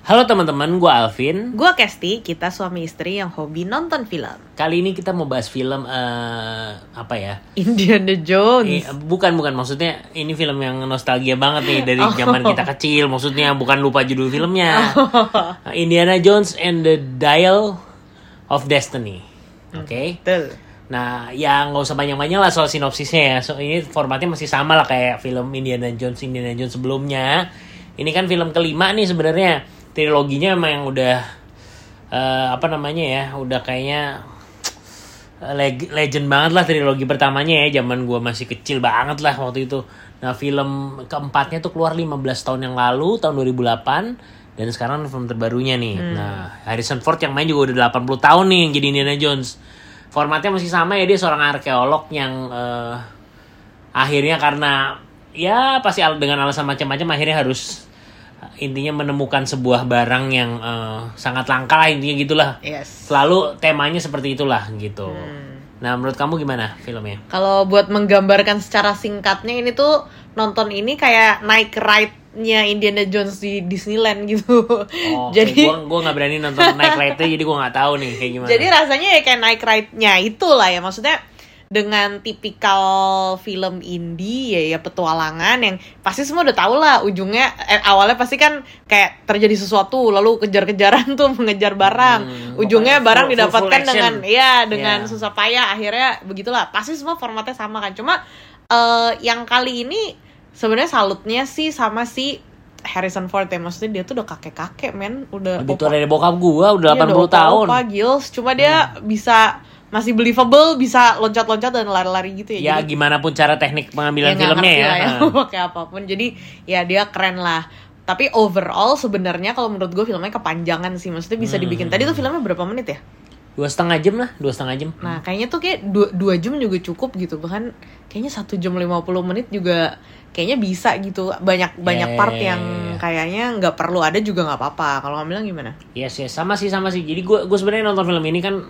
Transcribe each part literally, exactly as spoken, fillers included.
Halo teman-teman, gue Alvin. Gue Kesti, kita suami istri yang hobi nonton film. Kali ini kita mau bahas film uh, apa ya? Indiana Jones. Eh, bukan bukan maksudnya ini film yang nostalgia banget nih dari oh. zaman kita kecil. Maksudnya bukan lupa judul filmnya. Oh. Indiana Jones and the Dial of Destiny. Oke. Okay? Betul. Nah, ya nggak usah banyak-banyak lah soal sinopsisnya ya. So, ini formatnya masih sama lah kayak film Indiana Jones Indiana Jones sebelumnya. Ini kan film kelima nih sebenarnya. Triloginya emang yang udah uh, apa namanya ya, udah kayaknya leg- legend banget lah trilogi pertamanya ya, zaman gue masih kecil banget lah waktu itu. Nah film keempatnya tuh keluar lima belas tahun yang lalu, tahun dua ribu delapan, dan sekarang film terbarunya nih. Hmm. Nah Harrison Ford yang main juga udah delapan puluh tahun nih yang jadi Indiana Jones. Formatnya masih sama ya, dia seorang arkeolog yang uh, akhirnya karena ya pasti dengan alasan macam-macam akhirnya harus intinya menemukan sebuah barang yang uh, sangat langka lah, intinya gitulah. Yes. Selalu temanya seperti itulah gitu. Hmm. Nah menurut kamu gimana filmnya? Kalau buat menggambarkan secara singkatnya, ini tuh nonton ini kayak naik ride-nya Indiana Jones di Disneyland gitu. Oh, jadi gue gue nggak berani nonton naik ride-nya, jadi gue nggak tahu nih kayak gimana. Jadi rasanya ya kayak naik ride-nya itulah ya, maksudnya dengan tipikal film indie ya, ya petualangan yang pasti semua udah tahu lah ujungnya, eh, awalnya pasti kan kayak terjadi sesuatu lalu kejar-kejaran tuh mengejar barang, hmm, ujungnya barang full, didapatkan full dengan ya dengan yeah. susah payah, akhirnya begitulah, pasti semua formatnya sama kan. Cuma uh, yang kali ini sebenarnya salutnya sih sama si Harrison Ford ya, maksudnya dia tuh udah kakek-kakek men, udah lebih tua dari bokap gua, udah delapan puluh tahun. Opa Gils, cuma dia hmm. bisa masih believable, bisa loncat-loncat dan lari-lari gitu ya. Ya jadi, gimana pun cara teknik pengambilan ya, filmnya ya, ya pakai apapun. Jadi ya dia keren lah. Tapi overall sebenarnya kalau menurut gue filmnya kepanjangan sih. Maksudnya bisa dibikin. Hmm. Tadi tuh filmnya berapa menit ya? Dua setengah jam lah, dua setengah jam. Nah kayaknya tuh kayak dua, dua jam juga cukup gitu. Bahkan kayaknya satu jam lima puluh menit juga kayaknya bisa gitu. Banyak banyak yeah, part yang kayaknya nggak perlu ada juga nggak apa-apa. Kalau kamu bilang gimana? Yes yes, sama sih sama sih. Jadi gue gue sebenarnya nonton film ini kan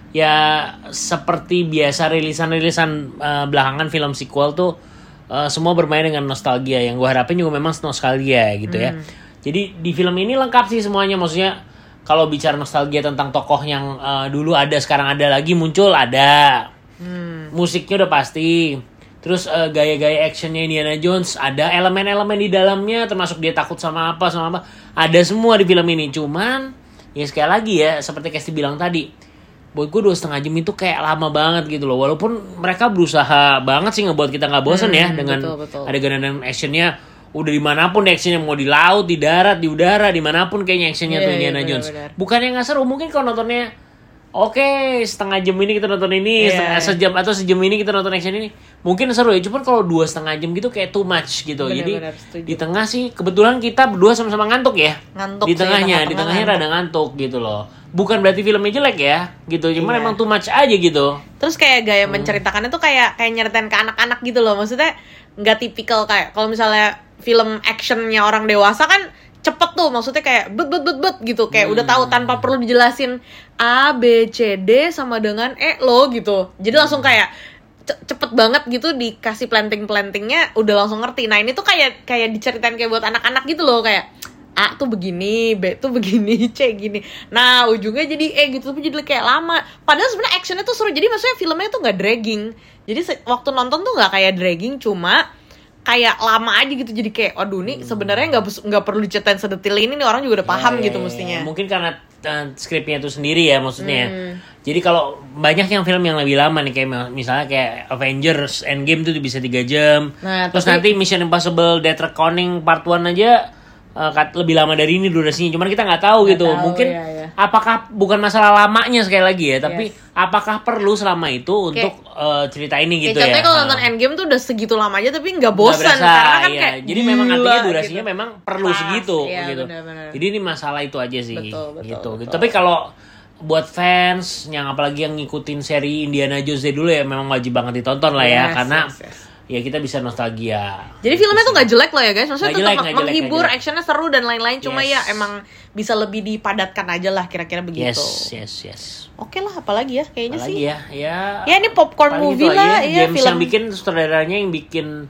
ya seperti biasa rilisan-rilisan uh, belakangan film sequel tuh uh, semua bermain dengan nostalgia. Yang gue harapin juga memang nostalgia gitu ya. Hmm. Jadi di film ini lengkap sih semuanya. Maksudnya kalau bicara nostalgia tentang tokoh yang uh, dulu ada sekarang ada lagi muncul ada. Hmm. Musiknya udah pasti. Terus uh, gaya-gaya actionnya Indiana Jones ada, elemen-elemen di dalamnya termasuk dia takut sama apa sama apa ada semua di film ini. Cuman ya sekali lagi ya seperti Kesti bilang tadi, buat gue dua setengah jam itu kayak lama banget gitu loh. Walaupun mereka berusaha banget sih ngebuat kita nggak bosan hmm, ya dengan adegan-adegan actionnya. Udah dimanapun actionnya, mau di laut, di darat, di udara, dimanapun kayaknya actionnya yeah, tuh Indiana yeah, Jones. Benar, benar. Bukannya nggak seru, mungkin kalau nontonnya oke okay, setengah jam ini kita nonton ini, yeah. setengah sejam atau sejam ini kita nonton action ini, mungkin seru ya. Cuman kalau dua setengah jam gitu kayak too much gitu. Benar, Jadi benar, di tengah sih kebetulan kita berdua sama-sama ngantuk ya. Ngantuk di tengahnya, sih, di tengahnya rada ngantuk gitu loh. Bukan berarti filmnya jelek ya, gitu. Cuman iya. emang too much aja gitu. Terus kayak gaya hmm. menceritakannya tuh kayak kayak nyeritain ke anak-anak gitu loh. Maksudnya nggak tipikal kayak kalau misalnya film actionnya orang dewasa kan cepet tuh, maksudnya kayak bet bet bet bet gitu, kayak hmm. udah tahu tanpa perlu dijelasin A B C D sama dengan E lo gitu. Jadi hmm. langsung kayak cepet banget gitu dikasih planting-plantingnya udah langsung ngerti. Nah ini tuh kayak kayak diceritain kayak buat anak-anak gitu loh, kayak A tuh begini, B tuh begini, C gini. Nah ujungnya jadi E gitu, tapi jadi kayak lama. Padahal sebenarnya actionnya tuh seru. Jadi maksudnya filmnya tuh nggak dragging. Jadi se- waktu nonton tuh nggak kayak dragging, cuma kayak lama aja gitu. Jadi kayak, aduh nih sebenarnya nggak nggak perlu diceritain sedetil ini nih, orang juga udah paham ya, gitu ya, mestinya. Mungkin karena uh, skripnya itu sendiri ya maksudnya. Hmm. Jadi kalau banyak yang film yang lebih lama nih kayak misalnya kayak Avengers Endgame tuh bisa tiga jam. Nah, terus tapi... nanti Mission Impossible Death Reckoning Part satu aja Uh, lebih lama dari ini durasinya, cuman kita nggak tahu gak gitu tahu, mungkin ya, ya. Apakah bukan masalah lamanya sekali lagi ya, tapi yes. apakah perlu selama itu kayak, untuk uh, cerita ini gitu ya. Contohnya kalau nonton Endgame tuh udah segitu lama aja tapi nggak bosan karena kan iya. kayak jadi memang artinya durasinya gitu. Memang perlu Pas, segitu iya, gitu. Bener-bener. Jadi ini masalah itu aja sih betul, betul, gitu. betul. Tapi kalau buat fans yang apalagi yang ngikutin seri Indiana Jones dulu ya memang wajib banget ditonton lah ya, yes, karena yes, yes. ya kita bisa nostalgia. Jadi filmnya tuh nggak jelek loh ya guys, maksudnya tetap jelek, menghibur, actionnya seru dan lain-lain. Cuma yes. ya emang bisa lebih dipadatkan aja lah kira-kira begitu. Yes, yes, yes. Oke lah, apalagi ya kayaknya apalagi sih. ya, ya. Ya ini popcorn movie lah, ya ya James film yang bikin, sutradaranya yang bikin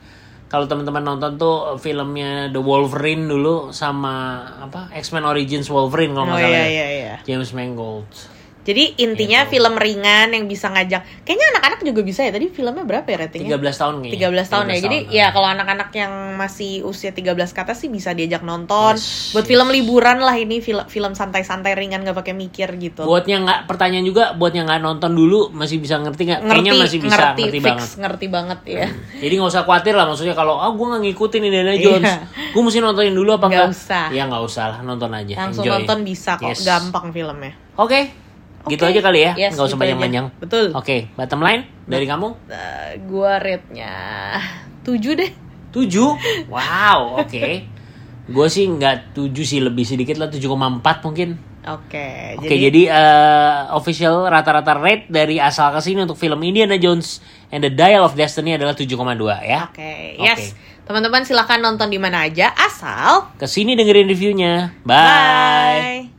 kalau teman-teman nonton tuh filmnya The Wolverine dulu sama apa X-Men Origins Wolverine kalau nggak Oh salah. iya ya. iya iya. James Mangold. Jadi intinya Gitu. film ringan yang bisa ngajak. Kayaknya anak-anak juga bisa ya. Tadi filmnya berapa ya ratingnya? tiga belas tahun kayaknya. tiga belas tahun ya. Jadi tahun. ya kalau anak-anak yang masih usia tiga belas ke atas sih bisa diajak nonton. Yes, Buat yes. film liburan lah ini, film film santai-santai ringan gak pakai mikir gitu. Buat yang nggak pertanyaan juga, buat yang nggak nonton dulu masih bisa ngerti nggak? ngerti, Kayaknya masih bisa ngerti, ngerti, fix, banget. ngerti banget ya. Jadi nggak usah khawatir lah, maksudnya kalau ah gue nggak ngikutin Indiana Jones, Iya. gue mesti nontonin dulu apa Nggak nggak? usah. Ya nggak usah lah, nonton aja. Langsung Enjoy. nonton bisa kok, Yes. gampang filmnya. Oke, gitu Oke. aja kali ya, Yes, nggak usah gitu panjang-panjang. aja. Betul. Oke, bottom line dari kamu Uh, gua rate-nya tujuh deh. tujuh. Wow, oke. Gue sih nggak tujuh sih, lebih sedikit lah, tujuh koma empat mungkin. Oke, Oke, jadi, uh, official rata-rata rate dari asal ke sini untuk film Indiana Jones and the Dial of Destiny adalah tujuh koma dua ya. Oke, yes. Teman-teman silakan nonton di mana aja asal Kesini dengerin reviewnya. Bye. bye.